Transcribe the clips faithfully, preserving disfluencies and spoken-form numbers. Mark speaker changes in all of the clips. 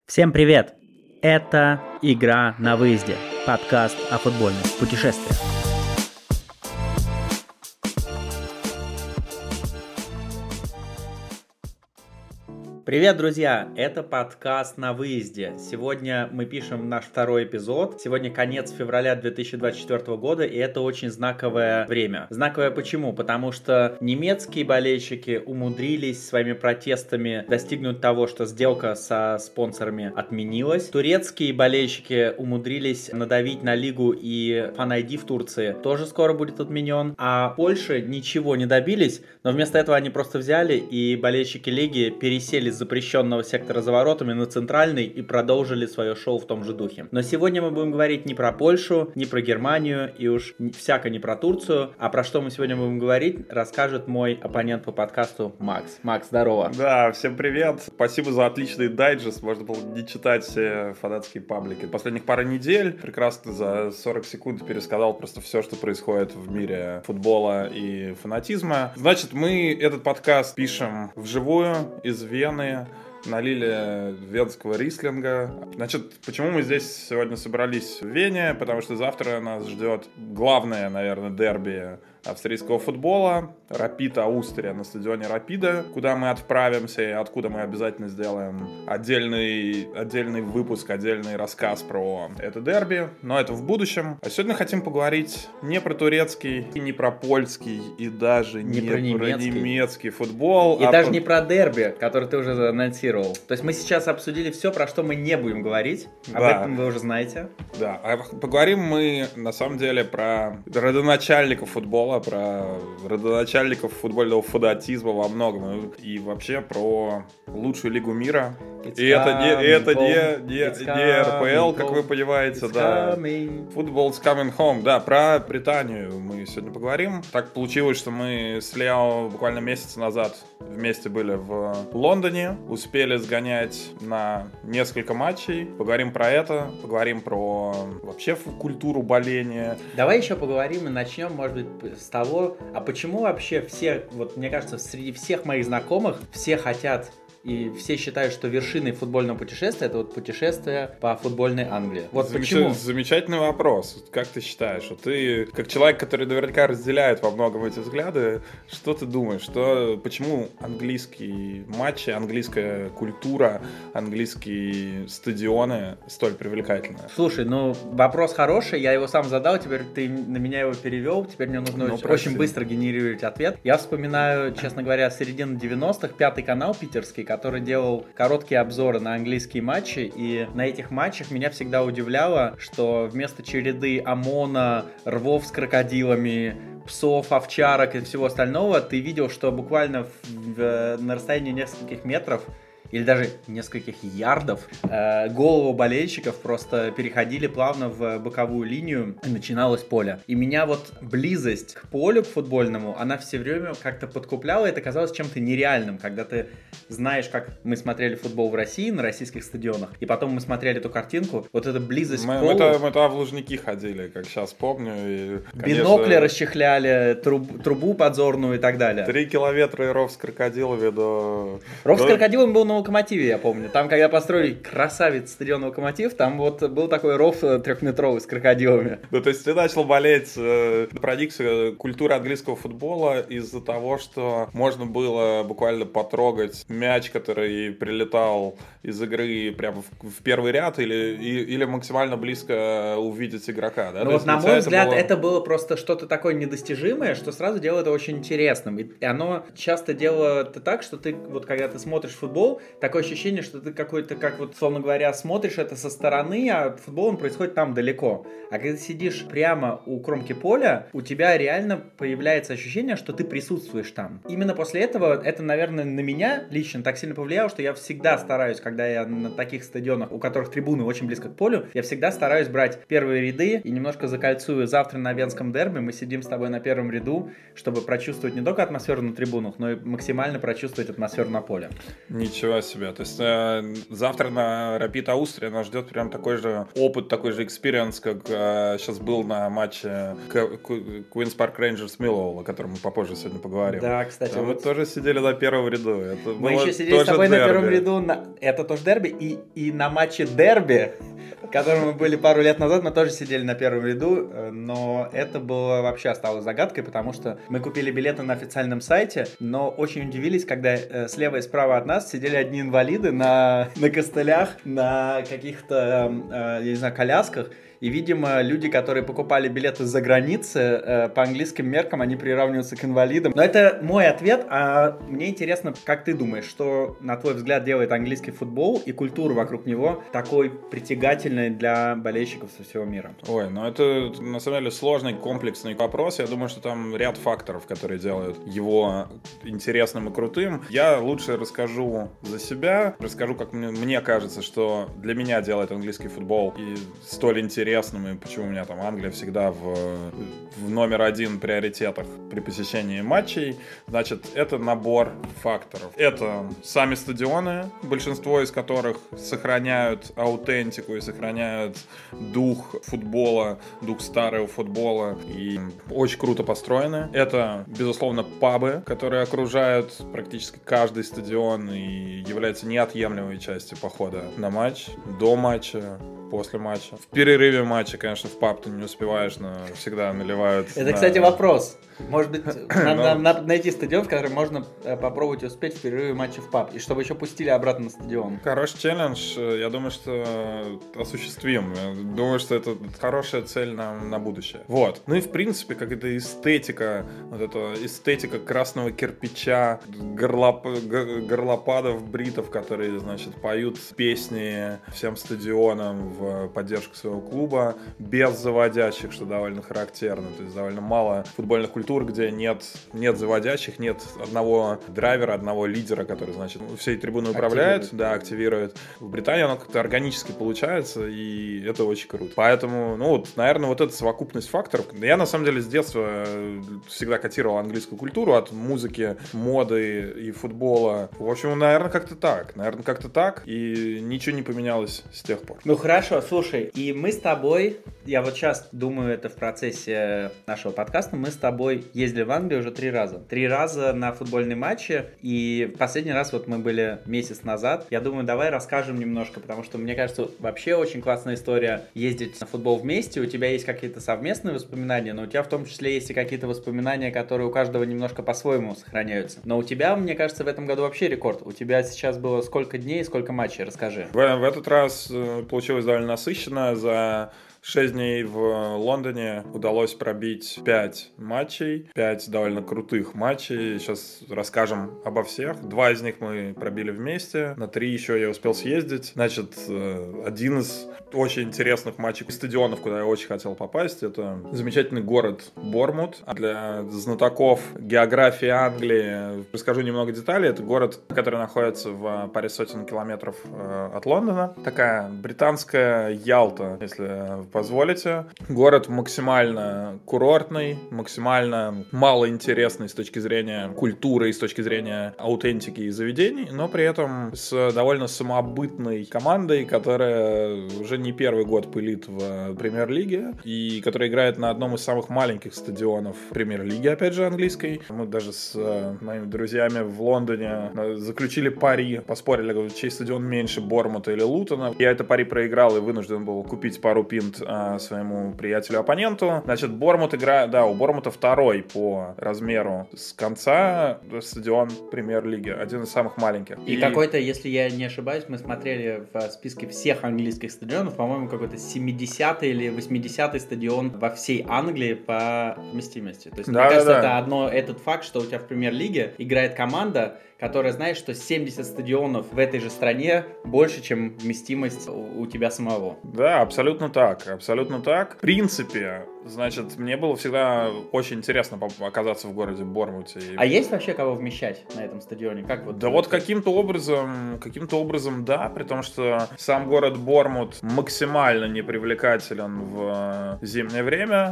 Speaker 1: Всем привет! Это «Игра на выезде» – подкаст о футбольных путешествиях. Привет, друзья! Это подкаст «На выезде». Сегодня мы пишем наш второй эпизод. Сегодня конец февраля две тысячи двадцать четвёртого года, и это очень знаковое время. Знаковое почему? Потому что немецкие болельщики умудрились своими протестами достигнуть того, что сделка со спонсорами отменилась. Турецкие болельщики умудрились надавить на лигу, и Fan ай ди в Турции тоже скоро будет отменен. А Польша ничего не добились, но вместо этого они просто взяли, и болельщики лиги пересели с запрещенного сектора за воротами на центральный и продолжили свое шоу в том же духе. Но сегодня мы будем говорить не про Польшу, не про Германию и уж всяко не про Турцию, а про что мы сегодня будем говорить, расскажет мой оппонент по подкасту Макс. Макс, здорово.
Speaker 2: Да, всем привет. Спасибо за отличный дайджест. Можно было не читать все фанатские паблики. Последних пару недель прекрасно за сорок секунд пересказал просто все, что происходит в мире футбола и фанатизма. Значит, мы этот подкаст пишем вживую из Вены. Налили венского рислинга. Значит, почему мы здесь сегодня собрались в Вене? Потому что завтра нас ждет главное, наверное, дерби австрийского футбола. Рапид Аустрия на стадионе Рапида, куда мы отправимся и откуда мы обязательно сделаем отдельный, отдельный выпуск, отдельный рассказ про это дерби. Но это в будущем. А сегодня хотим поговорить не про турецкий, и не про польский, и даже не, не про, немецкий. про немецкий футбол.
Speaker 1: И
Speaker 2: а
Speaker 1: даже
Speaker 2: по...
Speaker 1: не про дерби, который ты уже анонсировал. То есть мы сейчас обсудили все, про что мы не будем говорить. Об
Speaker 2: да.
Speaker 1: этом вы уже знаете.
Speaker 2: Да, а поговорим мы на самом деле про родоначальников футбола, про родоначальников футбольного фанатизма во многом, и вообще про лучшую лигу мира. It's и это не, это не, не, не эр пэ эл, как вы понимаете, да. Football's coming home. Да, про Британию мы сегодня поговорим. Так получилось, что мы с Лео буквально месяц назад вместе были в Лондоне, успели сгонять на несколько матчей. Поговорим про это, поговорим про вообще культуру боления.
Speaker 1: Давай еще поговорим и начнем, может быть, с того, а почему вообще все, вот мне кажется, среди всех моих знакомых все хотят и все считают, что вершиной футбольного путешествия это вот путешествие по футбольной Англии. Вот
Speaker 2: Замеч...
Speaker 1: почему?
Speaker 2: Замечательный вопрос. Как ты считаешь? Что ты, как человек, который наверняка разделяет во многом эти взгляды, что ты думаешь? Что, почему английские матчи, английская культура, английские стадионы столь привлекательны?
Speaker 1: Слушай, ну вопрос хороший, я его сам задал, теперь ты на меня его перевел, теперь мне нужно ну, очень, очень быстро генерировать ответ. Я вспоминаю, честно говоря, середину девяностых, пятый канал питерский, который делал короткие обзоры на английские матчи, и на этих матчах меня всегда удивляло, что вместо череды ОМОНа, рвов с крокодилами, псов, овчарок и всего остального, ты видел, что буквально в, в, на расстоянии нескольких метров или даже нескольких ярдов, э, голову болельщиков просто переходили плавно в боковую линию, и начиналось поле. И меня вот близость к полю, к футбольному, она все время как-то подкупляла, и это казалось чем-то нереальным, когда ты знаешь, как мы смотрели футбол в России, на российских стадионах, и потом мы смотрели эту картинку, вот эта близость
Speaker 2: мы,
Speaker 1: к полу.
Speaker 2: Мы-то, мы-то в Лужники ходили, как сейчас помню. И, конечно,
Speaker 1: бинокли расчехляли, труб, трубу подзорную и так далее.
Speaker 2: Три километра и ров с крокодилами до...
Speaker 1: Ров
Speaker 2: до...
Speaker 1: с крокодилами был на Локомотиве, я помню. Там, когда построили красавец стадион Локомотив, там вот был такой ров трехметровый с крокодилами.
Speaker 2: Ну, то есть ты начал болеть, э, проникся культурой английского футбола из-за того, что можно было буквально потрогать мяч, который прилетал из игры прямо в, в первый ряд, или, и, или максимально близко увидеть игрока, да?
Speaker 1: Ну вот, на мой взгляд, это было... это было просто что-то такое недостижимое, что сразу делало это очень интересным. И оно часто делает это так, что ты, вот когда ты смотришь футбол, такое ощущение, что ты какой-то, как вот, словно говоря, смотришь это со стороны, а футбол он происходит там далеко. А когда ты сидишь прямо у кромки поля, у тебя реально появляется ощущение, что ты присутствуешь там. Именно после этого это, наверное, на меня лично так сильно повлияло, что я всегда стараюсь, когда я на таких стадионах, у которых трибуны очень близко к полю, я всегда стараюсь брать первые ряды и немножко закольцую. Завтра на венском дерби мы сидим с тобой на первом ряду, чтобы прочувствовать не только атмосферу на трибунах, но и максимально прочувствовать атмосферу на поле.
Speaker 2: Ничего ничего себе. То есть э, завтра на Rapid Austria нас ждет прям такой же опыт, такой же экспириенс, как э, сейчас был на матче Queen's Park Rangers Millwall, о котором мы попозже сегодня поговорим.
Speaker 1: Да, кстати.
Speaker 2: Там
Speaker 1: вот...
Speaker 2: мы тоже сидели на первом ряду. Это
Speaker 1: мы еще сидели с тобой дерби. на первом ряду. На... Это тоже дерби. И, и на матче дерби, в котором мы были пару лет назад, мы тоже сидели на первом ряду. Но это было вообще осталось загадкой, потому что мы купили билеты на официальном сайте, но очень удивились, когда э, слева и справа от нас сидели одни инвалиды на, на костылях, на каких-то, э, я не знаю, колясках. И, видимо, люди, которые покупали билеты за границы, э, по английским меркам, они приравниваются к инвалидам. Но это мой ответ, а мне интересно, как ты думаешь, что, на твой взгляд, делает английский футбол и культуру вокруг него такой притягательной для болельщиков со всего мира?
Speaker 2: Ой, ну это, на самом деле, сложный, комплексный вопрос. Я думаю, что там ряд факторов, которые делают его интересным и крутым. Я лучше расскажу за себя, расскажу, как мне, мне кажется, что для меня делает английский футбол и столь интересным. Интересным, и почему у меня там Англия всегда в, в номер один приоритетах при посещении матчей. Значит, это набор факторов. Это сами стадионы, большинство из которых сохраняют аутентику и сохраняют дух футбола, дух старого футбола, и очень круто построены. Это, безусловно, пабы, которые окружают практически каждый стадион и являются неотъемлемой частью похода на матч, до матча, после матча. В перерыве матча, конечно, в паб ты не успеваешь, но всегда наливают.
Speaker 1: Это,
Speaker 2: на...
Speaker 1: кстати, вопрос. Может быть, надо но... найти стадион, в котором можно попробовать успеть в перерыве матча в паб, и чтобы еще пустили обратно на стадион.
Speaker 2: Хороший челлендж. Я думаю, что осуществим. Я думаю, что это хорошая цель на, на будущее. Вот. Ну и, в принципе, как эта эстетика, вот эта эстетика красного кирпича, горлоп... горлопадов, бритов, которые, значит, поют песни всем стадионам в поддержку своего клуба, без заводящих, что довольно характерно. То есть довольно мало футбольных культур, где нет, нет заводящих, нет одного драйвера, одного лидера, который, значит, всей трибуны управляет, активирует. да, активирует. В Британии оно как-то органически получается, и это очень круто. Поэтому, ну вот, наверное, вот эта совокупность факторов. Я, на самом деле, с детства всегда котировал английскую культуру от музыки, моды и футбола. В общем, наверное, как-то так. Наверное, как-то так, и ничего не поменялось с тех пор.
Speaker 1: Ну, хорошо, слушай, и мы с тобой, я вот сейчас думаю, это в процессе нашего подкаста, мы с тобой ездили в Англию уже три раза. Три раза на футбольные матчи, и в последний раз вот мы были месяц назад. Я думаю, давай расскажем немножко, потому что, мне кажется, вообще очень классная история ездить на футбол вместе. У тебя есть какие-то совместные воспоминания, но у тебя в том числе есть и какие-то воспоминания, которые у каждого немножко по-своему сохраняются. Но у тебя, мне кажется, в этом году вообще рекорд. У тебя сейчас было сколько дней и сколько матчей? Расскажи.
Speaker 2: В, в этот раз получилось довольно насыщенно. За шесть дней в Лондоне удалось пробить пять матчей, пять довольно крутых матчей. Сейчас расскажем обо всех. Два из них мы пробили вместе, на три еще я успел съездить. Значит, один из очень интересных матчей стадионов, куда я очень хотел попасть, это замечательный город Бормут. Для знатоков географии Англии расскажу немного деталей. Это город, который находится в паре сотен километров от Лондона. Такая британская Ялта, если позволите. Город максимально курортный, максимально малоинтересный с точки зрения культуры и с точки зрения аутентики и заведений, но при этом с довольно самобытной командой, которая уже не первый год пылит в премьер-лиге и которая играет на одном из самых маленьких стадионов премьер-лиги, опять же, английской. Мы даже с моими друзьями в Лондоне заключили пари, поспорили, чей стадион меньше, Бормута или Лутона. Я это пари проиграл и вынужден был купить пару пинт своему приятелю-оппоненту. Значит, Бормут играет, да, у Бормута второй по размеру с конца стадион премьер-лиги, один из самых маленьких.
Speaker 1: И, и какой-то, если я не ошибаюсь, мы смотрели в списке всех английских стадионов, по-моему, какой-то семидесятый или восьмидесятый стадион во всей Англии по вместимости. То есть, да, мне кажется, да, да. это одно, этот факт, что у тебя в премьер-лиге играет команда, которая знает, что семьдесят стадионов в этой же стране больше, чем вместимость у, у тебя самого.
Speaker 2: Да, абсолютно так, абсолютно так. В принципе, значит, мне было всегда очень интересно оказаться в городе Бормуте.
Speaker 1: А есть вообще кого вмещать на этом стадионе? Как вот?
Speaker 2: Да вот каким-то образом, каким-то образом, да, при том, что сам город Бормут максимально непривлекателен в зимнее время.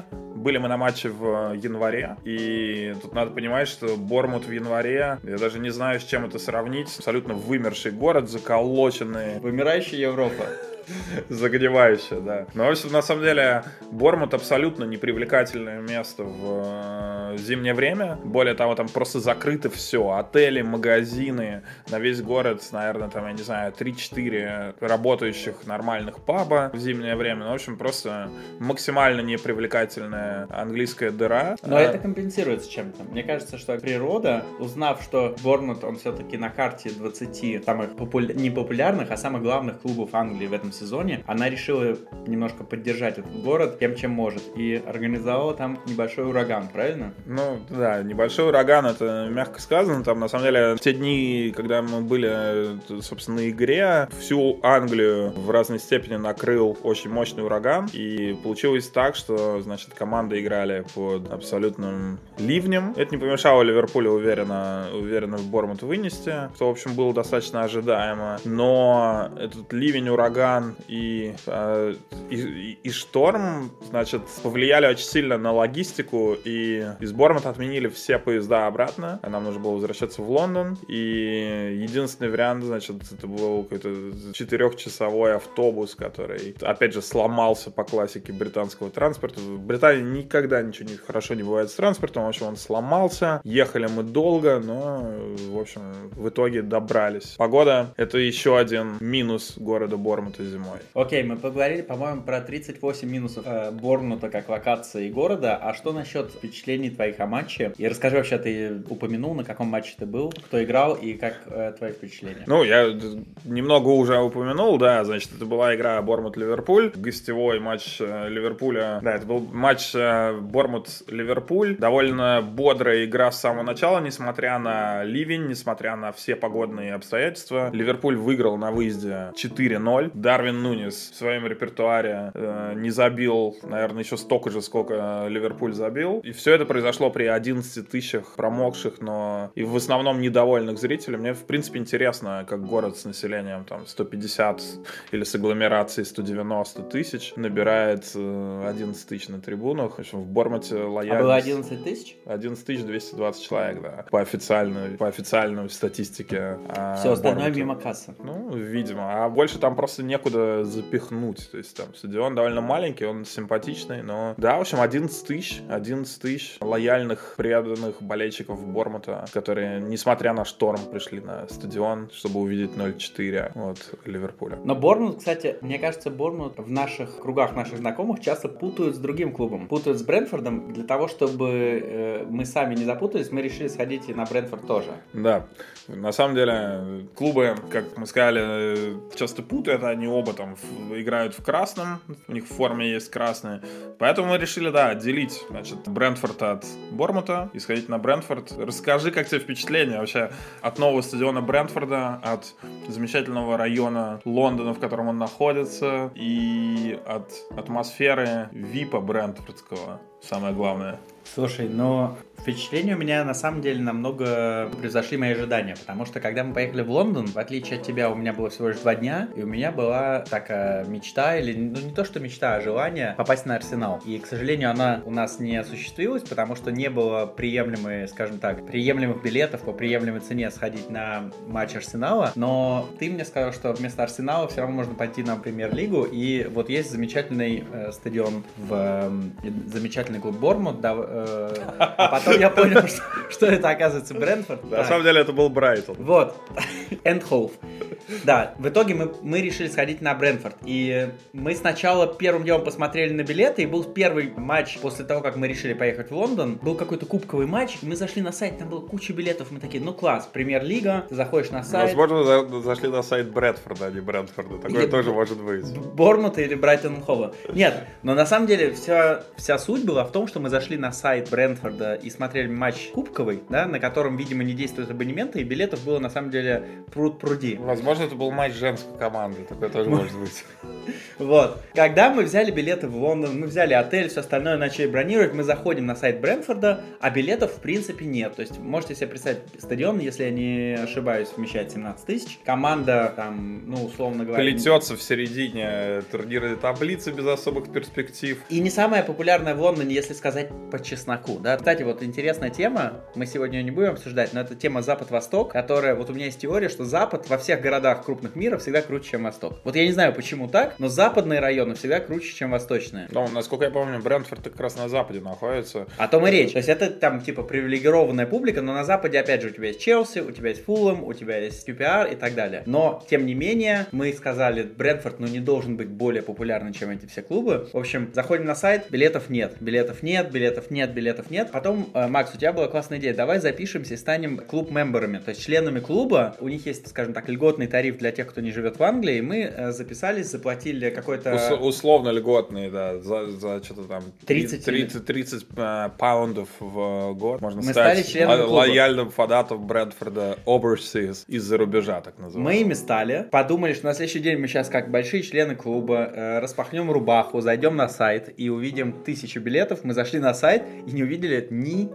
Speaker 2: были мы на матче в январе, и тут надо понимать, что Бормут в январе, я даже не знаю, с чем это сравнить, абсолютно вымерший город, заколоченный.
Speaker 1: Вымирающая Европа.
Speaker 2: Загнивающая, да. Но, в общем, на самом деле, Бормут абсолютно непривлекательное место в зимнее время. Более того, там просто закрыто все. Отели, магазины, на весь город, наверное, там, я не знаю, три-четыре работающих нормальных паба в зимнее время. Ну, в общем, просто максимально непривлекательная английская дыра.
Speaker 1: Но а... это компенсируется чем-то. Мне кажется, что природа, узнав, что Бормут, он все-таки на карте двадцати самых популя... не популярных, а самых главных клубов Англии в этом сезоне, она решила немножко поддержать этот город тем, чем может, и организовала там небольшой ураган, правильно?
Speaker 2: Ну, да, небольшой ураган, это мягко сказано, там, на самом деле, в те дни, когда мы были, собственно, на игре, всю Англию в разной степени накрыл очень мощный ураган, и получилось так, что, значит, команды играли под абсолютным ливнем. Это не помешало Ливерпулю уверенно, уверенно в Бормут вынести, что, в общем, было достаточно ожидаемо, но этот ливень, ураган И, э, и, и шторм, значит, повлияли очень сильно на логистику, и из Бормута отменили все поезда обратно, нам нужно было возвращаться в Лондон, и единственный вариант, значит, это был какой-то четырехчасовой автобус, который, опять же, сломался по классике британского транспорта. В Британии никогда ничего не, хорошо не бывает с транспортом, в общем, он сломался, ехали мы долго, но, в общем, в итоге добрались. Погода — это еще один минус города Бормута зимой.
Speaker 1: Окей, мы поговорили, по-моему, про тридцать восемь минусов э, Бормута как локации города. А что насчет впечатлений твоих о матче? И расскажи вообще, ты упомянул, на каком матче ты был, кто играл и как э, твои впечатления?
Speaker 2: Ну, я немного уже упомянул, да, значит, это была игра Бормут-Ливерпуль, гостевой матч Ливерпуля. Да, это был матч Бормут-Ливерпуль. Довольно бодрая игра с самого начала, несмотря на ливень, несмотря на все погодные обстоятельства. Ливерпуль выиграл на выезде четыре ноль. Дарвин Нунес в своем репертуаре э, не забил, наверное, еще столько же, сколько Ливерпуль забил. И все это произошло при одиннадцати тысячах промокших, но и в основном недовольных зрителей. Мне, в принципе, интересно, как город с населением там сто пятьдесят или с агломерацией сто девяносто тысяч набирает э, одиннадцать тысяч на трибунах. В общем, в Бормуте лояльность...
Speaker 1: А было одиннадцать тысяч?
Speaker 2: одиннадцать тысяч двести двадцать человек, да. По официальной, по официальной статистике. А
Speaker 1: все остальное Бормуте... мимо кассы.
Speaker 2: Ну, видимо. А больше там просто некуда запихнуть. То есть там стадион довольно маленький, он симпатичный, но... Да, в общем, одиннадцать тысяч, одиннадцать тысяч лояльных, преданных болельщиков Бормута, которые, несмотря на шторм, пришли на стадион, чтобы увидеть ноль четыре от Ливерпуля.
Speaker 1: Но Бормут, кстати, мне кажется, Бормут в наших кругах наших знакомых часто путают с другим клубом. Путают с Брентфордом. Для того, чтобы э, мы сами не запутались, мы решили сходить и на Брентфорд тоже.
Speaker 2: Да. На самом деле, клубы, как мы сказали, часто путают, они оба там играют в красном, у них в форме есть красные. Поэтому мы решили, да, отделить, значит, Брентфорд от Бормута и сходить на Брентфорд. Расскажи, как тебе впечатление вообще от нового стадиона Брентфорда, от замечательного района Лондона, в котором он находится, и от атмосферы випа брентфордского, самое главное.
Speaker 1: Слушай, ну, впечатления у меня на самом деле намного превзошли мои ожидания, потому что когда мы поехали в Лондон, в отличие от тебя, у меня было всего лишь два дня, и у меня была такая мечта, или, ну, не то что мечта, а желание попасть на Арсенал. И, к сожалению, она у нас не осуществилась, потому что не было приемлемой, скажем так, приемлемых билетов по приемлемой цене сходить на матч Арсенала, но ты мне сказал, что вместо Арсенала все равно можно пойти на Премьер-лигу, и вот есть замечательный э, стадион, в э, замечательный клуб Бормут, да, а потом я понял, что, что это, оказывается, Брентфорд.
Speaker 2: На самом деле это был Брайтон.
Speaker 1: Вот. Эндхоув. Да, в итоге мы, мы решили сходить на Брентфорд. И мы сначала первым делом посмотрели на билеты, и был первый матч после того, как мы решили поехать в Лондон. Был какой-то кубковый матч, и мы зашли на сайт, там было куча билетов. Мы такие, ну класс, Премьер-лига, ты заходишь на сайт.
Speaker 2: Возможно, за- зашли на сайт Брэдфорда, а не Брентфорда. Такое или тоже может быть.
Speaker 1: Бормута или Брайтон-Хова. Нет, но на самом деле вся, вся суть была в том, что мы зашли на сайт Брентфорда и смотрели матч кубковый, да, на котором, видимо, не действуют абонементы, и билетов было на самом деле пруд-пруди.
Speaker 2: Возможно, Возможно, это был матч женской команды, такое тоже может быть.
Speaker 1: Вот. Когда мы взяли билеты в Лондон, мы взяли отель, все остальное начали бронировать, мы заходим на сайт Брентфорда, а билетов в принципе нет. То есть можете себе представить, стадион, если я не ошибаюсь, вмещает семнадцать тысяч. Команда там, ну, условно говоря...
Speaker 2: Плетется в середине турнирной таблицы без особых перспектив.
Speaker 1: И не самая популярная в Лондоне, если сказать по чесноку, да. Кстати, вот интересная тема, мы сегодня ее не будем обсуждать, но это тема Запад-Восток, которая, вот у меня есть теория, что Запад во всех городах крупных мира всегда круче, чем Восток. Вот я не знаю, почему так, но западные районы всегда круче, чем восточные.
Speaker 2: Ну, насколько я помню, Брентфорд как раз на западе находится.
Speaker 1: О том и речь. То есть это там типа привилегированная публика, но на западе опять же у тебя есть Челси, у тебя есть Фулхэм, у тебя есть кью пи ар и так далее. Но, тем не менее, мы сказали, Брентфорд, ну, не должен быть более популярным, чем эти все клубы. В общем, заходим на сайт, билетов нет, билетов нет, билетов нет, билетов нет. Потом, э, Макс, у тебя была классная идея, давай запишемся и станем клуб-мемберами, то есть членами клуба. У них есть, скажем так, льготный тариф для тех, кто не живет в Англии, и мы э, записались, заплатили какой-то...
Speaker 2: Ус- условно льготный, да, за, за что-то там
Speaker 1: тридцать,
Speaker 2: тридцать, тридцать э, паундов в год. Можно
Speaker 1: мы
Speaker 2: стать
Speaker 1: стали членами клуба.
Speaker 2: Лояльным фанатом Брентфорда Overseas из-за рубежа, так называемого.
Speaker 1: Мы ими стали, подумали, что на следующий день мы сейчас, как большие члены клуба, э, распахнем рубаху, зайдем на сайт и увидим тысячу билетов. Мы зашли на сайт и не увидели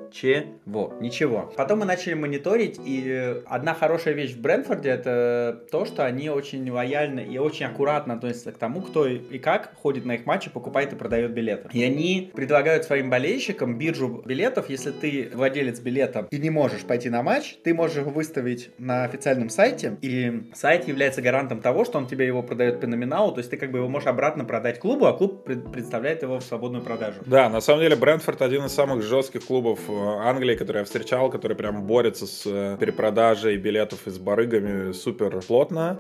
Speaker 1: ничего, ничего. Потом мы начали мониторить, и одна хорошая вещь в Брентфорде — это то, что они очень лояльно и очень аккуратно относятся к тому, кто и как ходит на их матчи, покупает и продает билеты. И они предлагают своим болельщикам биржу билетов. Если ты владелец билета и не можешь пойти на матч, ты можешь его выставить на официальном сайте, и сайт является гарантом того, что он тебе его продает по номиналу, то есть ты как бы его можешь обратно продать клубу, а клуб пред- представляет его в свободную продажу.
Speaker 2: Да, на самом деле Брентфорд один из самых жестких клубов Англии, который я встречал, который прям борется с перепродажей билетов и с барыгами супер плотно,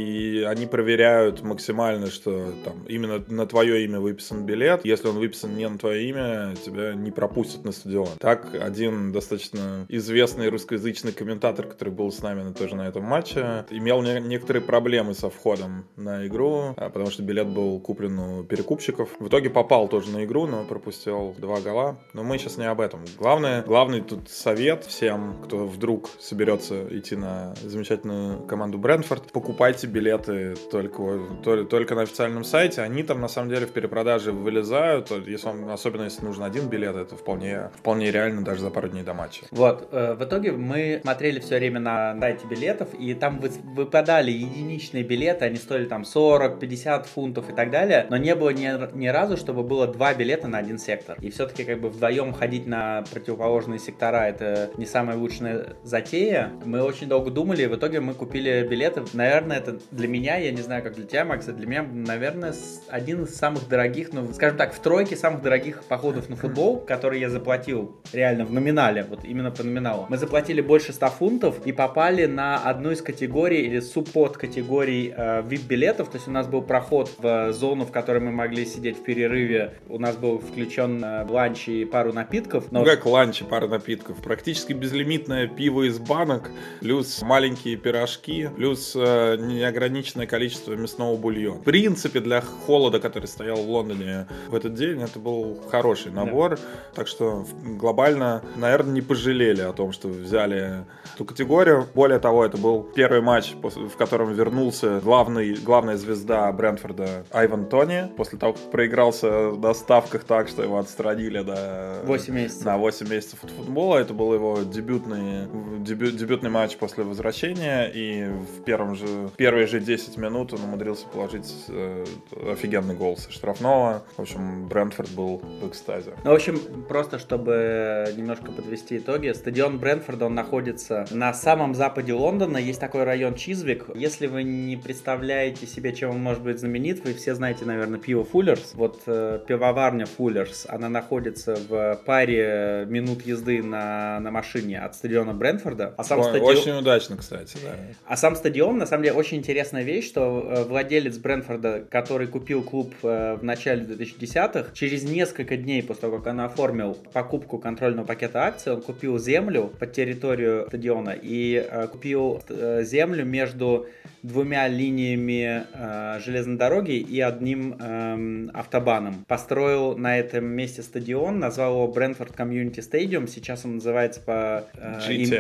Speaker 2: и они проверяют максимально, что там именно на твое имя выписан билет. Если он выписан не на твое имя, тебя не пропустят на стадион. Так, один достаточно известный русскоязычный комментатор, который был с нами тоже на этом матче, имел не- некоторые проблемы со входом на игру, потому что билет был куплен у перекупщиков. В итоге попал тоже на игру, но пропустил два гола. Но мы сейчас не об этом. Главное, главный тут совет всем, кто вдруг соберется идти на замечательную команду Брентфорд: покупайте билеты только, только на официальном сайте. Они там на самом деле в перепродаже вылезают. Если вам, особенно если нужен один билет, это вполне, вполне реально даже за пару дней до матча.
Speaker 1: Вот, э, в итоге мы смотрели все время на сайте билетов, и там вы, выпадали единичные билеты, они стоили там сорок, пятьдесят фунтов и так далее, но не было ни, ни разу, чтобы было два билета на один сектор. И все-таки как бы вдвоем ходить на противоположные сектора — это не самая лучшая затея. Мы очень долго думали, и в итоге мы купили билеты. Наверное, это для меня, я не знаю, как для тебя, Макс, для меня, наверное, один из самых дорогих, ну, скажем так, в тройке самых дорогих походов на футбол, который я заплатил реально в номинале, вот именно по номиналу. Мы заплатили больше ста фунтов и попали на одну из категорий или субподкатегорий э, ви ай пи-билетов, то есть у нас был проход в зону, в которой мы могли сидеть в перерыве, у нас был включен э, ланч и пару напитков. Но...
Speaker 2: Ну как ланч и пара напитков? Практически безлимитное пиво из банок, плюс маленькие пирожки, плюс э, неограниченное количество мясного бульона. В принципе, для холода, который стоял в Лондоне в этот день, это был хороший набор. Да. Так что глобально, наверное, не пожалели о том, что взяли эту категорию. Более того, это был первый матч, в котором вернулся главный, главная звезда Брентфорда Айван Тони, после того, как проигрался на ставках так, что его отстранили на
Speaker 1: восемь месяцев.
Speaker 2: На восемь месяцев от футбола. Это был его дебютный, дебю, дебютный матч после возвращения, и в первом же, первые же десять минут он умудрился положить э, офигенный гол со штрафного. В общем, Брентфорд был в экстазе.
Speaker 1: Ну, в общем, просто чтобы немножко подвести итоги, стадион Брентфорда, он находится на самом западе Лондона, есть такой район Чизвик. Если вы не представляете себе, чем он может быть знаменит, вы все знаете, наверное, пиво Фуллерс. Вот э, пивоварня Фуллерс, она находится в паре минут езды на, на машине от стадиона Брентфорда. А сам
Speaker 2: Ой,
Speaker 1: стадион...
Speaker 2: Очень удачно, кстати, да.
Speaker 1: А сам стадион, на самом деле, очень интересная вещь, что э, владелец Брентфорда, который купил клуб э, в начале двухтысячных десятых, через несколько дней после того, как он оформил покупку контрольного пакета акций, он купил землю под территорию стадиона и э, купил э, землю между двумя линиями э, железной дороги и одним э, автобаном. Построил на этом месте стадион, назвал его Brentford Community Stadium. Сейчас он называется по... Э,
Speaker 2: джи ти эй.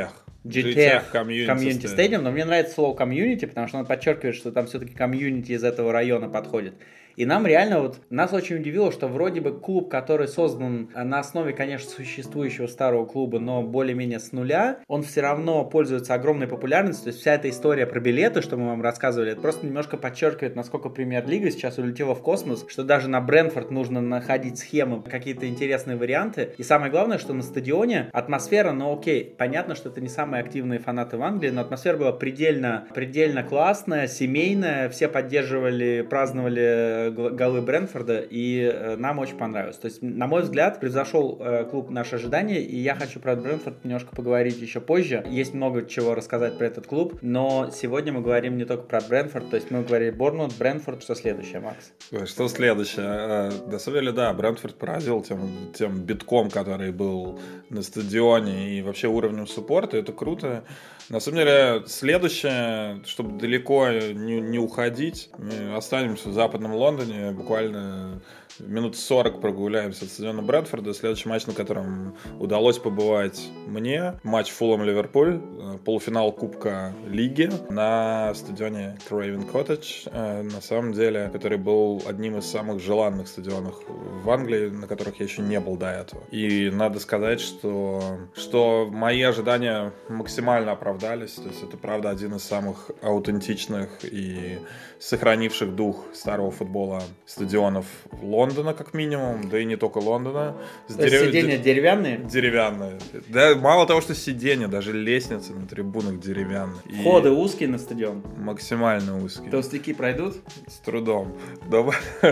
Speaker 1: джи ти эйч Community Stadium, но мне нравится слово community, потому что оно подчеркивает, что там все-таки комьюнити из этого района подходит. И нам реально вот, нас очень удивило, что вроде бы клуб, который создан на основе, конечно, существующего старого клуба, но более-менее с нуля, он все равно пользуется огромной популярностью. То есть вся эта история про билеты, что мы вам рассказывали, это просто немножко подчеркивает, насколько премьер-лига сейчас улетела в космос, что даже на Брентфорд нужно находить схемы, какие-то интересные варианты. И самое главное, что на стадионе атмосфера, ну окей, понятно, что это не самые активные фанаты в Англии, но атмосфера была предельно, предельно классная, семейная, все поддерживали, праздновали голы Брентфорда, и э, нам очень понравилось. То есть, на мой взгляд, превзошел э, клуб наши ожидания, и я хочу про Брентфорд немножко поговорить еще позже. Есть много чего рассказать про этот клуб, но сегодня мы говорим не только про Брентфорд, то есть мы говорили Борнмут, Брентфорд. Что следующее, Макс?
Speaker 2: Что следующее? На самом деле, да, Брентфорд поразил тем, тем битком, который был на стадионе, и вообще уровнем суппорта. Это круто. На самом деле, следующее, чтобы далеко не, не уходить, мы останемся в Западном Лондоне, буквально минут сорок прогуляемся от стадиона Брэдфорда. Следующий матч, на котором удалось побывать мне, матч Фулхэм-Ливерпуль, полуфинал Кубка Лиги на стадионе Craven Cottage, на самом деле, который был одним из самых желанных стадионов в Англии, на которых я еще не был до этого. И надо сказать, что, что мои ожидания максимально оправдались. То есть это, правда, один из самых аутентичных и сохранивших дух старого футбола стадионов Лондона, как минимум, да и не только Лондона.
Speaker 1: С дерев... Сиденья деревянные?
Speaker 2: Деревянные. Да, мало того, что сиденья, даже лестницы на трибунах деревянные.
Speaker 1: Входы и... узкие на стадион?
Speaker 2: Максимально узкие.
Speaker 1: Толстяки пройдут?
Speaker 2: С трудом. Но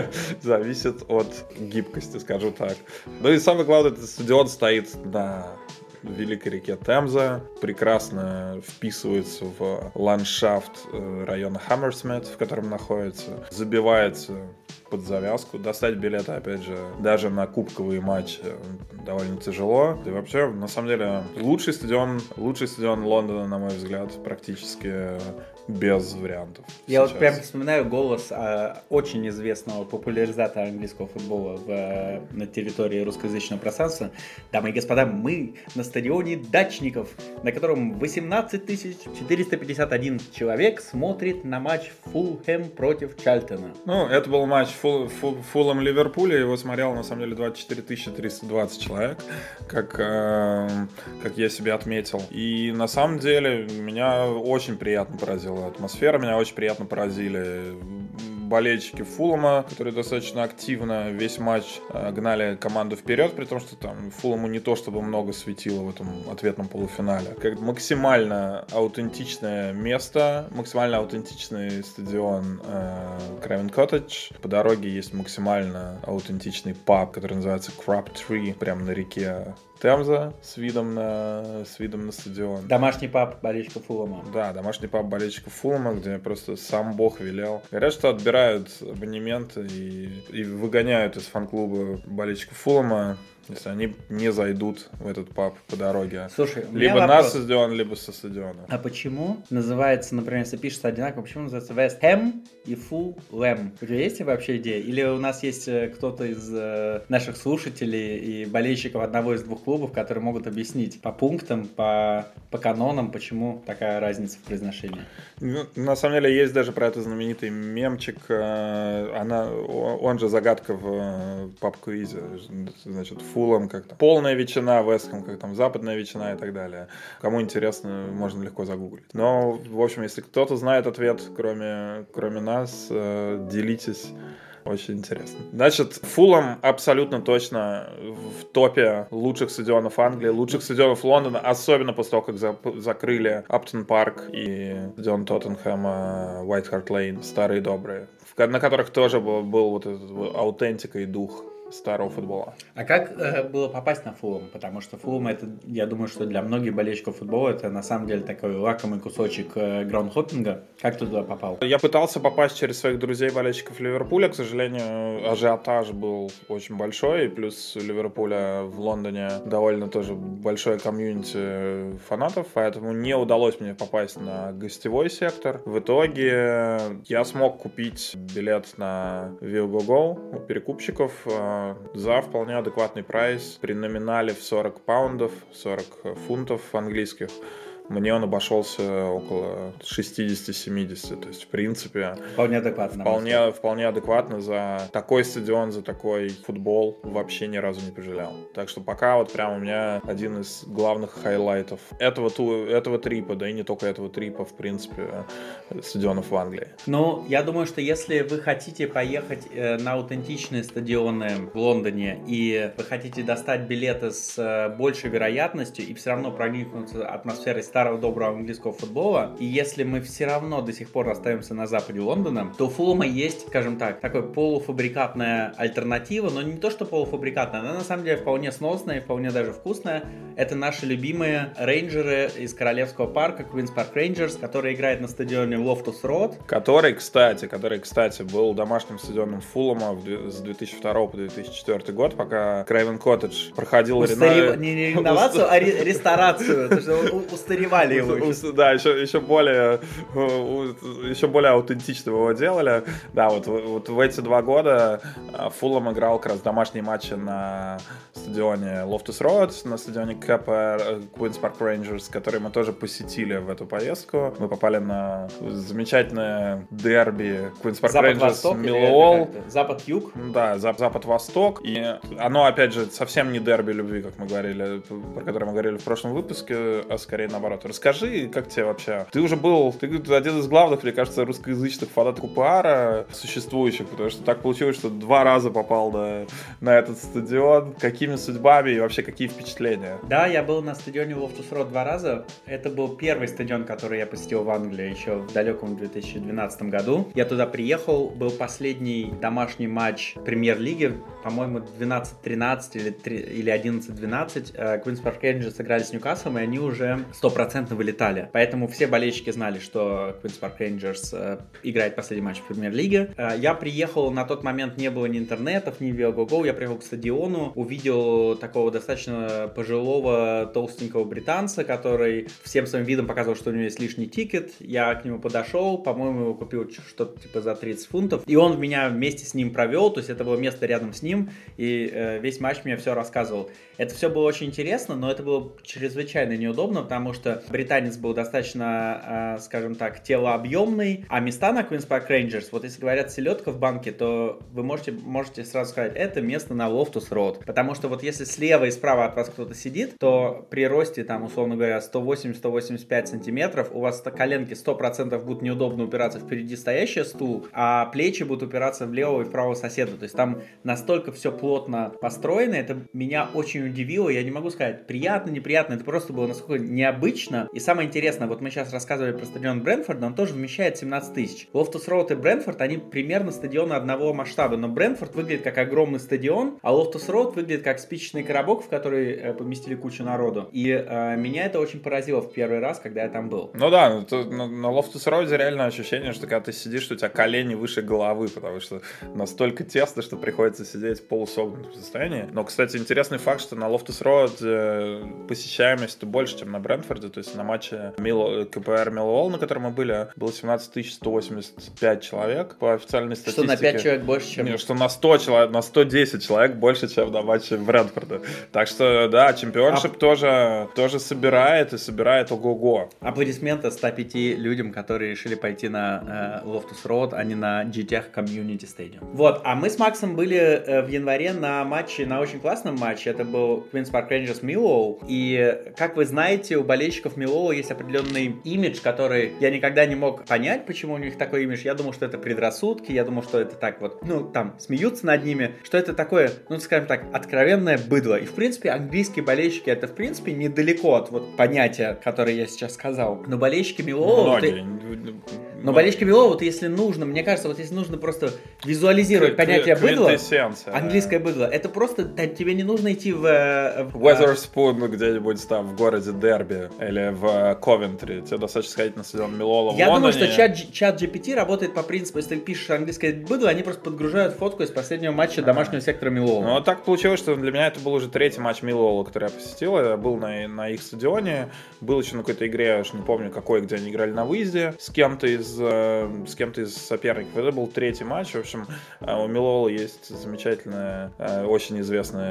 Speaker 2: зависит от гибкости, скажу так. Ну и самое главное, этот стадион стоит на великой реке Темза, прекрасно вписывается в ландшафт района Хаммерсмит, в котором находится, забивается под завязку. Достать билеты, опять же, даже на кубковые матчи довольно тяжело. И вообще, на самом деле, лучший стадион, лучший стадион Лондона, на мой взгляд, практически без вариантов.
Speaker 1: Я
Speaker 2: сейчас.
Speaker 1: Вот прям вспоминаю голос э, очень известного популяризатора английского футбола в, э, на территории русскоязычного пространства. Дамы и господа, мы на стадионе Дачников, на котором восемнадцать тысяч четыреста пятьдесят один человек смотрит на матч Фулхэм против Чарльтона.
Speaker 2: Ну, это был матч Фул, Фул, Фулхэм-Ливерпуля, его смотрело на самом деле двадцать четыре тысячи триста двадцать человек, как, э, как я себе отметил. И на самом деле меня очень приятно поразила атмосфера, меня очень приятно поразили болельщики Фулхэма, которые достаточно активно весь матч э, гнали команду вперед, при том, что там Фулхэму не то чтобы много светило в этом ответном полуфинале. Как максимально аутентичное место, максимально аутентичный стадион Craven Cottage. По дороге есть максимально аутентичный паб, который называется Crabtree, прямо на реке Темза с видом на, с видом на стадион.
Speaker 1: Домашний паб болельщиков Фулхэма.
Speaker 2: Да, домашний паб болельщиков Фулхэма, где просто сам Бог велел. Говорят, что отбирают абонементы и, и выгоняют из фан-клуба болельщиков Фулхэма, если они не зайдут в этот паб по дороге.
Speaker 1: Слушай,
Speaker 2: либо на стадион, либо со стадиона.
Speaker 1: А почему называется, например, если пишется одинаково, почему называется West Ham и Fulham? У тебя есть вообще идея? Или у нас есть кто-то из э, наших слушателей и болельщиков одного из двух клубов, которые могут объяснить по пунктам, по, по канонам, почему такая разница в произношении?
Speaker 2: Ну, на самом деле есть даже про это знаменитый мемчик. Она, он же загадка в паб-квизе. Значит, Фулхэм как-то полная ветчина, Вест Хэм как там западная ветчина и так далее. Кому интересно, можно легко загуглить. Но, в общем, если кто-то знает ответ, кроме, кроме нас, делитесь. Очень интересно. Значит, Фулхэм абсолютно точно в топе лучших стадионов Англии, лучших стадионов Лондона, особенно после того, как за- закрыли Аптон Парк и стадион Тоттенхэма, White Hart Lane, старые добрые, на которых тоже был, был вот этот вот аутентика и дух старого футбола.
Speaker 1: А как э, было попасть на Фулхэм? Потому что Фулхэм, это, я думаю, что для многих болельщиков футбола это на самом деле такой лакомый кусочек э, граундхоппинга. Как ты туда попал?
Speaker 2: Я пытался попасть через своих друзей болельщиков Ливерпуля. К сожалению, ажиотаж был очень большой. И плюс у Ливерпуля в Лондоне довольно тоже большое комьюнити фанатов. Поэтому не удалось мне попасть на гостевой сектор. В итоге я смог купить билет на Viagogo у перекупщиков за вполне адекватный прайс при номинале в сорок паундов, сорок фунтов английских. мне он обошелся около шестьдесят-семьдесят. То есть, в принципе...
Speaker 1: Вполне адекватно.
Speaker 2: Вполне, вполне адекватно. За такой стадион, за такой футбол вообще ни разу не пожалел. Так что пока вот прям у меня один из главных хайлайтов этого, ту, этого трипа, да и не только этого трипа, в принципе, стадионов в Англии.
Speaker 1: Ну, я думаю, что если вы хотите поехать э, на аутентичные стадионы в Лондоне и вы хотите достать билеты с э, большей вероятностью и все равно проникнуться атмосферой старого доброго английского футбола, и если мы все равно до сих пор остаемся на западе Лондона, то у Фулхэма есть, скажем так, такой полуфабрикатная альтернатива, но не то, что полуфабрикатная, она на самом деле вполне сносная и вполне даже вкусная. Это наши любимые рейнджеры из Королевского парка, Queen's Park Rangers, которые играют на стадионе Loftus Road.
Speaker 2: Который, кстати, который, кстати, был домашним стадионом Фулхэма с две тысячи второго по две тысячи четвёртый год, пока Крейвен Коттедж проходил
Speaker 1: Устарев... рено... не, не реновацию, а ре- ресторацию. Устаревали его.
Speaker 2: Да, еще, еще более еще более аутентично его делали. Да, вот, вот в эти два года Фулхэм играл как раз домашние матчи на стадионе Loftus Road, на стадионе Queen's Park Rangers, который мы тоже посетили в эту поездку. Мы попали на замечательное дерби Queen's Park Rangers Millwall.
Speaker 1: Запад-юг?
Speaker 2: Да, запад-восток. И оно, опять же, совсем не дерби любви, как мы говорили, про которое мы говорили в прошлом выпуске, а скорее наоборот. Расскажи, как тебе вообще? Ты уже был, ты один из главных, мне кажется, русскоязычных фанатов КПР существующих, потому что так получилось, что два раза попал на, на этот стадион. Какими судьбами и вообще какие впечатления?
Speaker 1: Да, я был на стадионе Loftus Road два раза. Это был первый стадион, который я посетил в Англии еще в далеком две тысячи двенадцатом году. Я туда приехал, был последний домашний матч премьер-лиги, по-моему, двенадцать тринадцать или, или одиннадцать двенадцать. Queen's Park Rangers сыграли с Ньюкаслом, и они уже стопроцентно вылетали. Поэтому все болельщики знали, что Queen's Park Rangers играет последний матч в премьер-лиге. Я приехал, на тот момент не было ни интернетов, ни Viagogo. Я приехал к стадиону, увидел такого достаточно пожилого, толстенького британца, который всем своим видом показывал, что у него есть лишний тикет. Я к нему подошел, по-моему, купил что-то типа за тридцать фунтов, и он меня вместе с ним провел, то есть это было место рядом с ним, и э, весь матч мне все рассказывал. Это все было очень интересно, но это было чрезвычайно неудобно, потому что британец был достаточно, э, скажем так, телообъемный, а места на Queen's Park Rangers, вот если говорят селедка в банке, то вы можете, можете сразу сказать, это место на Loftus Road, потому что вот если слева и справа от вас кто-то сидит, то при росте, там, условно говоря, сто восемьдесят - сто восемьдесят пять сантиметров, у вас коленки сто процентов будут неудобно упираться впереди стоящий стул, а плечи будут упираться в левого и правого соседа, то есть там настолько все плотно построено, это меня очень удивило, я не могу сказать, приятно, неприятно, это просто было насколько необычно, и самое интересное, вот мы сейчас рассказывали про стадион Брентфорда, он тоже вмещает семнадцать тысяч. Loftus Road и Брентфорд, они примерно стадионы одного масштаба, но Брентфорд выглядит как огромный стадион, а Loftus Road выглядит как спичечный коробок, в который э, поместили кучу народу. И э, меня это очень поразило в первый раз, когда я там был.
Speaker 2: Ну да, то, на, на Loftus Road реально ощущение, что когда ты сидишь, что у тебя колени выше головы, потому что настолько тесно, что приходится сидеть в полусогнутом состоянии. Но, кстати, интересный факт, что на Loftus Road э, посещаемость больше, чем на Брентфорде, то есть на матче Мил, КПР Millwall, на котором мы были, было семнадцать тысяч сто восемьдесят пять человек по официальной статистике.
Speaker 1: Что на пять человек больше, чем...
Speaker 2: Нет, что на сто человек, на сто десять человек больше, чем на матче Брентфорда. Так что, да, чемпионшип а... тоже, тоже собирает и собирает ого-го.
Speaker 1: Аплодисменты ста пяти людям, которые решили пойти на э, Loftus Road, а не на джи ти эйч Community Stadium. Вот, а мы с Максом были э, в январе на матче, на очень классном матче. Это был Queen's Park Rangers Millwall. И, как вы знаете, у болельщиков Millwall есть определенный имидж, который я никогда не мог понять, почему у них такой имидж. Я думал, что это предрассудки, я думал, что это так вот, ну, там, смеются над ними, что это такое, ну, скажем так, откровенное быдло. И, в принципе, английские болельщики, это, в принципе, недалеко от вот понятия, которое я сейчас сказал. Но болельщики Millwall...
Speaker 2: Многие.
Speaker 1: Но болельщики Millwall, вот если нужно, мне кажется, вот если нужно просто визуализировать понятие быдла, английское быдло, это просто, тебе не нужно идти в...
Speaker 2: в Уэзерспун где-нибудь там в городе Дерби или в Ковентри. Тебе достаточно сходить на стадион Millwall в
Speaker 1: Я
Speaker 2: Лондоне.
Speaker 1: думаю, что чат, чат джи пи ти работает по принципу, если ты пишешь английское быдло, они просто подгружают фотку из последнего матча домашнего сектора Millwall.
Speaker 2: Ну, так получилось, что для меня это был уже третий матч Millwall, который я посетил. Я был на, на их стадионе. Был еще на какой-то игре, я уж не помню какой, где они играли на выезде с кем-то из, с кем-то из соперников. Это был третий матч. В общем, у Millwall есть замечательная, очень известная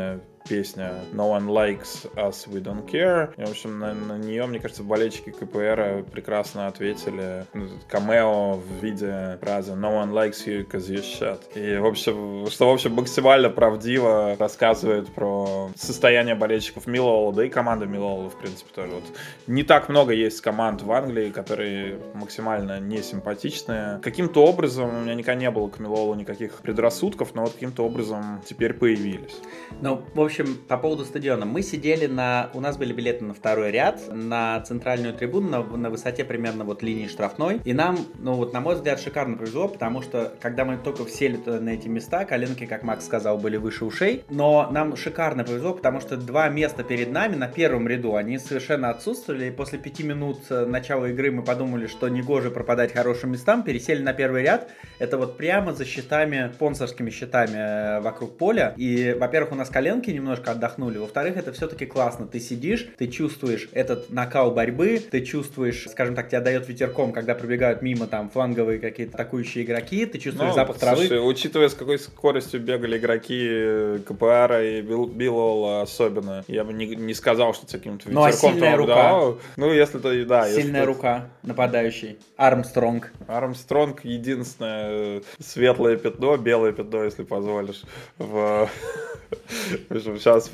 Speaker 2: песня No One Likes Us, We Don't Care. И, в общем, на, на нее, мне кажется, болельщики КПР прекрасно ответили. Камео в виде фразы No one likes you because you shut. И, в общем, что, в общем, максимально правдиво рассказывает про состояние болельщиков Миллуолла, да и команды Миллуолла, в принципе, тоже. Вот не так много есть команд в Англии, которые максимально несимпатичные. Каким-то образом, у меня никогда не было к Миллуоллу никаких предрассудков, но вот каким-то образом теперь появились.
Speaker 1: Ну, в общем, по поводу стадиона. Мы сидели на... У нас были билеты на второй ряд, на центральную трибуну, на, на высоте примерно вот линии штрафной. И нам, ну вот, на мой взгляд, шикарно повезло, потому что, когда мы только сели на эти места, коленки, как Макс сказал, были выше ушей. Но нам шикарно повезло, потому что два места перед нами на первом ряду, они совершенно отсутствовали. И после пяти минут начала игры мы подумали, что негоже пропадать хорошим местам, пересели на первый ряд. Это вот прямо за щитами, спонсорскими щитами вокруг поля. И, во-первых, у нас коленки немножко отдохнули. Во-вторых, это все-таки классно. Ты сидишь, ты чувствуешь этот накал борьбы, ты чувствуешь, скажем так, тебя дает ветерком, когда пробегают мимо там фланговые какие-то атакующие игроки, ты чувствуешь ну, запах травы.
Speaker 2: Слушай, учитывая, с какой скоростью бегали игроки КПР и Миллуолла особенно, я бы не, не сказал, что каким-то ветерком...
Speaker 1: Ну, а сильная рука?
Speaker 2: Да, ну, если то, да.
Speaker 1: Сильная
Speaker 2: если
Speaker 1: рука нападающий. Армстронг.
Speaker 2: Армстронг — единственное светлое пятно, белое пятно, если позволишь, в... В общем, сейчас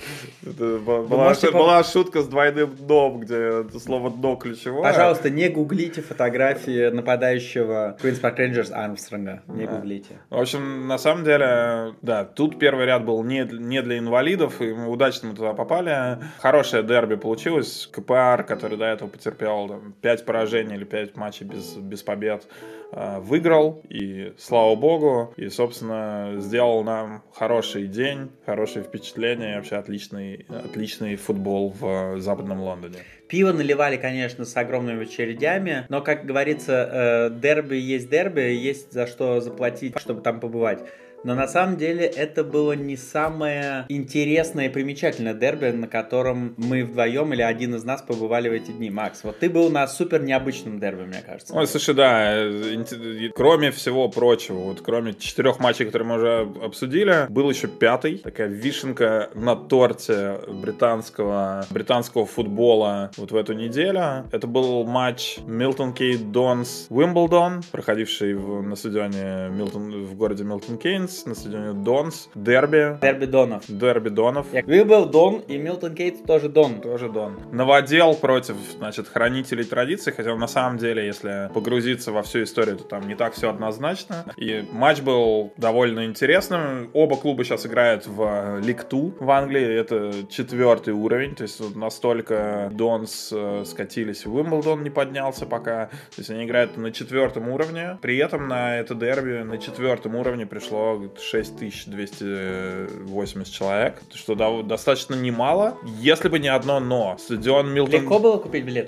Speaker 2: была, ш... была шутка с двойным дном, где слово «дно» ключевое.
Speaker 1: Пожалуйста, не гуглите фотографии нападающего Queen's Park Rangers Армстронга. Не да. гуглите.
Speaker 2: В общем, на самом деле, да, тут первый ряд был не, не для инвалидов, и мы удачно мы туда попали. Хорошее дерби получилось. КПР, который до этого потерпел там, пять поражений или пять матчей без, без побед, выиграл, и слава богу, и, собственно, сделал нам хороший день, хорошее впечатление, и вообще отличный, отличный футбол в Западном Лондоне.
Speaker 1: Пиво наливали, конечно, с огромными очередями, но, как говорится, дерби есть дерби, есть за что заплатить, чтобы там побывать. Но на самом деле это было не самое интересное и примечательное дерби, на котором мы вдвоем или один из нас побывали в эти дни. Макс, вот ты был на супер необычном дерби, мне кажется.
Speaker 2: Ой, слушай, да, кроме всего прочего, вот кроме четырех матчей, которые мы уже обсудили, был еще пятый, такая вишенка на торте британского, британского футбола вот в эту неделю. Это был матч Milton Keynes Dons Wimbledon, проходивший в, на стадионе Милтон, в городе Милтон Кейнс, на стадионе Донс. Дерби.
Speaker 1: Дерби Донов.
Speaker 2: Дерби Донов.
Speaker 1: Вимбл Дон и Милтон Кейнс тоже Дон.
Speaker 2: Тоже Дон. Новодел против, значит, хранителей традиций, хотя на самом деле, если погрузиться во всю историю, то там не так все однозначно. И матч был довольно интересным. Оба клуба сейчас играют в Лиг два в Англии. Это четвертый уровень. То есть настолько Донс скатились, Уимблдон не поднялся пока. То есть они играют на четвертом уровне. При этом на это дерби на четвертом уровне пришло шесть тысяч двести восемьдесят человек, что до- достаточно немало, если бы не одно но. Стадион Милтон...
Speaker 1: Легко было купить билет?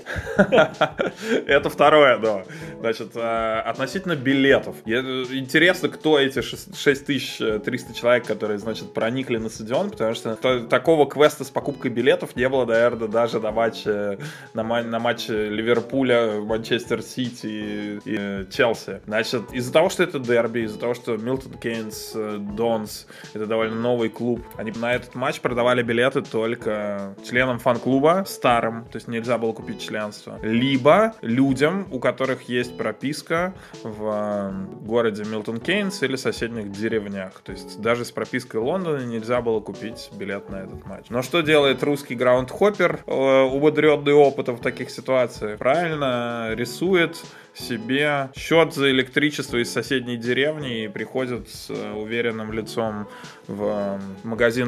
Speaker 2: Это второе но. Значит, относительно билетов. Интересно, кто эти шесть тысяч триста человек, которые, значит, проникли на стадион, потому что такого квеста с покупкой билетов не было, наверное, даже на матче, на, на матче Ливерпуля, Манчестер Сити и, и Челси. Значит, из-за того, что это дерби, из-за того, что Милтон Кейнс Донс — это довольно новый клуб. Они на этот матч продавали билеты только членам фан-клуба старым, то есть нельзя было купить членство, либо людям, у которых есть прописка в городе Милтон Кейнс или соседних деревнях. То есть даже с пропиской Лондона нельзя было купить билет на этот матч. Но что делает русский граундхоппер, умудренный опытом в таких ситуациях? Правильно рисует себе счет за электричество из соседней деревни и приходит с уверенным лицом в магазин,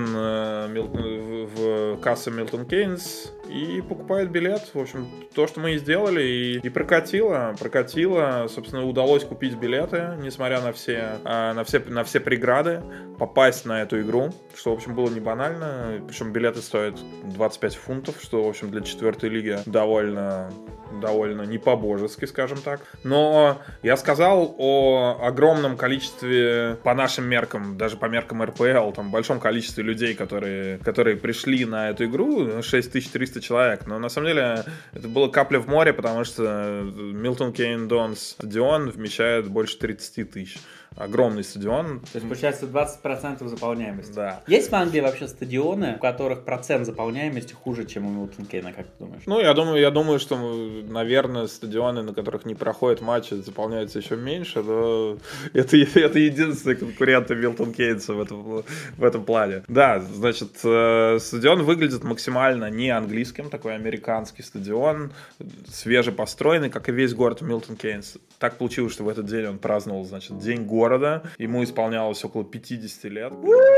Speaker 2: в кассу Милтон Кейнс и покупает билет. В общем, то, что мы и сделали, и, и прокатило, прокатило. Собственно, удалось купить билеты, несмотря на все, на все, на все преграды, попасть на эту игру, что, в общем, было не банально. Причем билеты стоят двадцать пять фунтов, что, в общем, для четвертой лиги довольно, довольно не по-божески, скажем так. Но я сказал о огромном количестве, по нашим меркам, даже по меркам эр пэ эл, там, большом количестве людей, которые, которые пришли на эту игру, шесть тысяч триста человек. Но на самом деле это было капля в море, потому что Милтон Кейнс Донс стадион вмещает больше тридцать тысяч. огромный стадион.
Speaker 1: То есть, получается, двадцать процентов заполняемости.
Speaker 2: Да.
Speaker 1: Есть в Англии вообще стадионы, у которых процент заполняемости хуже, чем у Милтон Кейна, как ты думаешь?
Speaker 2: Ну, я думаю, я думаю, что, наверное, стадионы, на которых не проходят матчи, заполняются еще меньше, но это, это единственный конкурент Милтон Кейнса в этом, в этом плане. Да, значит, стадион выглядит максимально не английским, такой американский стадион, свежепостроенный, как и весь город Милтон Кейнс. Так получилось, что в этот день он праздновал, значит, День города. Ему исполнялось около пятьдесят лет.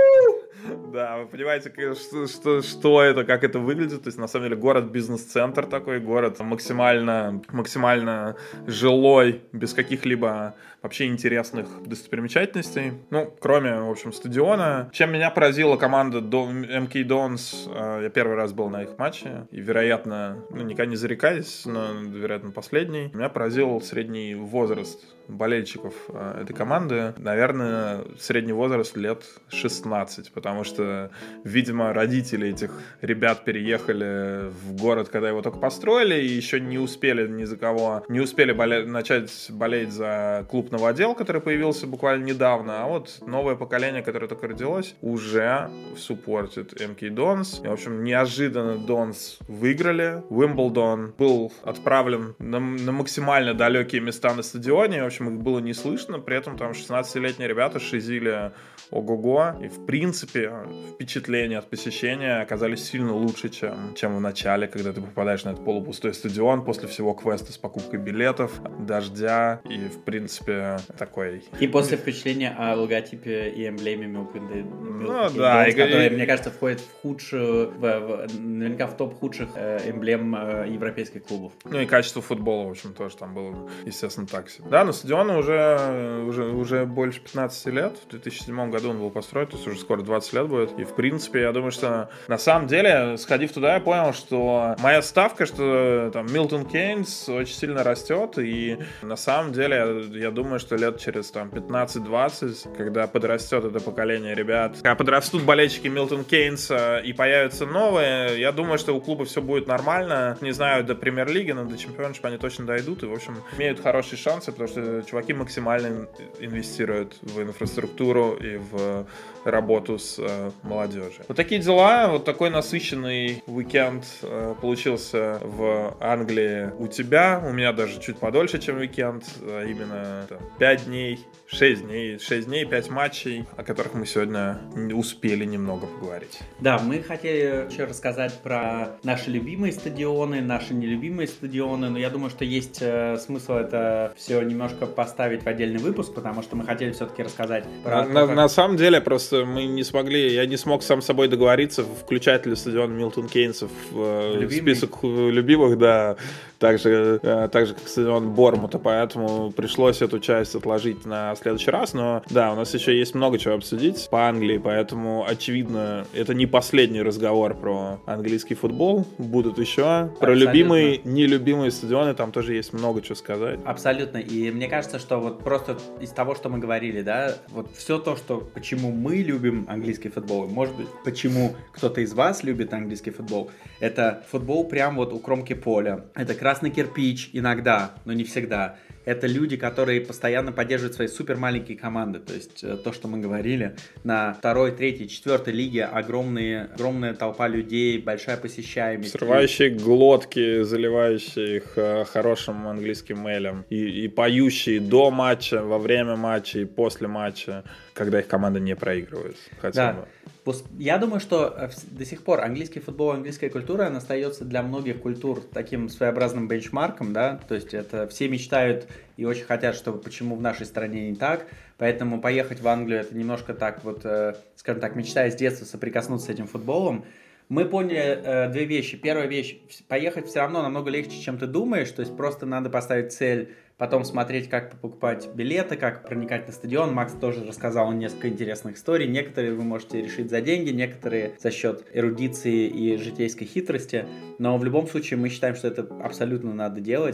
Speaker 2: Да, вы понимаете, что, что, что это, как это выглядит. То есть, на самом деле, город бизнес-центр такой, город максимально, максимально жилой, без каких-либо вообще интересных достопримечательностей. Ну, кроме, в общем, стадиона. Чем меня поразила команда эм кей Dons, я первый раз был на их матче, и, вероятно, ну, никогда не зарекаюсь, но, вероятно, последний. Меня поразил средний возраст болельщиков этой команды. Наверное, средний возраст лет шестнадцать, потому что, видимо, родители этих ребят переехали в город, когда его только построили, и еще не успели ни за кого, не успели боле- начать болеть за клуб «Новодел», который появился буквально недавно, а вот новое поколение, которое только родилось, уже суппортит эм кей Dons. И, в общем, неожиданно Dons выиграли. Уимблдон был отправлен на, на максимально далекие места на стадионе, в общем, их было не слышно, при этом там шестнадцатилетние ребята шизили ого-го, и, в принципе, впечатления от посещения оказались сильно лучше, чем, чем в начале, когда ты попадаешь на этот полупустой стадион после всего квеста с покупкой билетов, дождя и, в принципе, такой...
Speaker 1: И после впечатления о логотипе и эмблеме Milton
Speaker 2: ну, да,
Speaker 1: Dons,
Speaker 2: и...
Speaker 1: которая, мне кажется, входит в худшую, в, в, наверняка в топ худших э, эмблем э, европейских клубов.
Speaker 2: Ну и качество футбола, в общем, тоже там было, естественно, так себе. Да, но стадиону уже, уже, уже больше пятнадцати лет. В две тысячи седьмом году он был построен, то есть уже скоро двадцать лет будет. И, в принципе, я думаю, что на самом деле, сходив туда, я понял, что моя ставка, что там Милтон Кейнс очень сильно растет. И на самом деле, я думаю, что лет через там пятнадцать-двадцать, когда подрастет это поколение ребят, когда подрастут болельщики Милтон Кейнса и появятся новые, я думаю, что у клуба все будет нормально. Не знаю, до премьер-лиги, но до чемпионшипа они точно дойдут. И, в общем, имеют хорошие шансы, потому что чуваки максимально инвестируют в инфраструктуру и в работу с э, молодежью. Вот такие дела, вот такой насыщенный уикенд э, получился в Англии у тебя, у меня даже чуть подольше, чем уикенд, а именно там, пять дней, шесть дней, шесть дней, пять матчей, о которых мы сегодня успели немного поговорить.
Speaker 1: Да, мы хотели еще рассказать про наши любимые стадионы, наши нелюбимые стадионы, но я думаю, что есть э, смысл это все немножко поставить в отдельный выпуск, потому что мы хотели все-таки рассказать про...
Speaker 2: На,
Speaker 1: то,
Speaker 2: на,
Speaker 1: как...
Speaker 2: на самом деле, просто мы не смогли, я не смог сам собой договориться, включать ли стадион Милтон Кейнсов в, в список любимых, да, так же, так же, как стадион Бормута, поэтому пришлось эту часть отложить на следующий раз, но да, у нас еще есть много чего обсудить по Англии, поэтому, очевидно, это не последний разговор про английский футбол, будут еще, про
Speaker 1: Абсолютно.
Speaker 2: любимые, нелюбимые стадионы, там тоже есть много чего сказать.
Speaker 1: Абсолютно, и мне кажется, что вот просто из того, что мы говорили, да, вот все то, что, почему мы любим английский футбол, может быть, почему кто-то из вас любит английский футбол, это футбол прям вот у кромки поля, это красный кирпич иногда, но не всегда. Это люди, которые постоянно поддерживают свои супер маленькие команды. То есть то, что мы говорили, на второй, третьей, четвертой лиге огромные, огромная толпа людей, большая посещаемость.
Speaker 2: Срывающие глотки, заливающие их э, хорошим английским мейлем. И, и поющие до матча, во время матча и после матча, когда их команда не проигрывает. Хотя бы.
Speaker 1: Да. Я думаю, что до сих пор английский футбол, английская культура, она остается для многих культур таким своеобразным бенчмарком, да, то есть это все мечтают и очень хотят, чтобы почему в нашей стране не так, поэтому поехать в Англию это немножко так вот, скажем так, мечтая с детства соприкоснуться с этим футболом. Мы поняли э, две вещи. Первая вещь, поехать все равно намного легче, чем ты думаешь, то есть просто надо поставить цель, потом смотреть, как покупать билеты, как проникать на стадион. Макс тоже рассказал несколько интересных историй. Некоторые вы можете решить за деньги, некоторые за счет эрудиции и житейской хитрости. Но в любом случае мы считаем, что это абсолютно надо делать.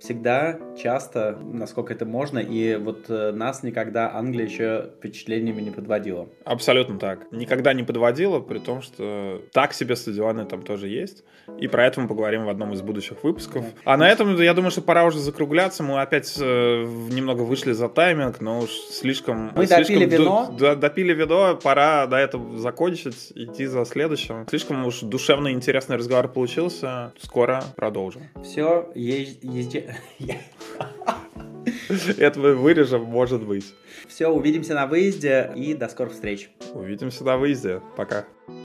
Speaker 1: всегда, часто, насколько это можно, и вот э, нас никогда Англия еще впечатлениями не подводила.
Speaker 2: Абсолютно так. Никогда не подводила, при том, что так себе стадионы там тоже есть. И про это мы поговорим в одном из будущих выпусков. Да. А на этом, я думаю, что пора уже закругляться. Мы опять э, немного вышли за тайминг, но уж слишком...
Speaker 1: Мы
Speaker 2: слишком
Speaker 1: допили вино.
Speaker 2: Ду- д- допили вино, пора на этом закончить, идти за следующим. Слишком уж душевно интересный разговор получился. Скоро продолжим.
Speaker 1: Все, езж... езжай...
Speaker 2: Это мы вырежем, может быть.
Speaker 1: Все, увидимся на выезде и до скорых встреч.
Speaker 2: Увидимся на выезде. Пока.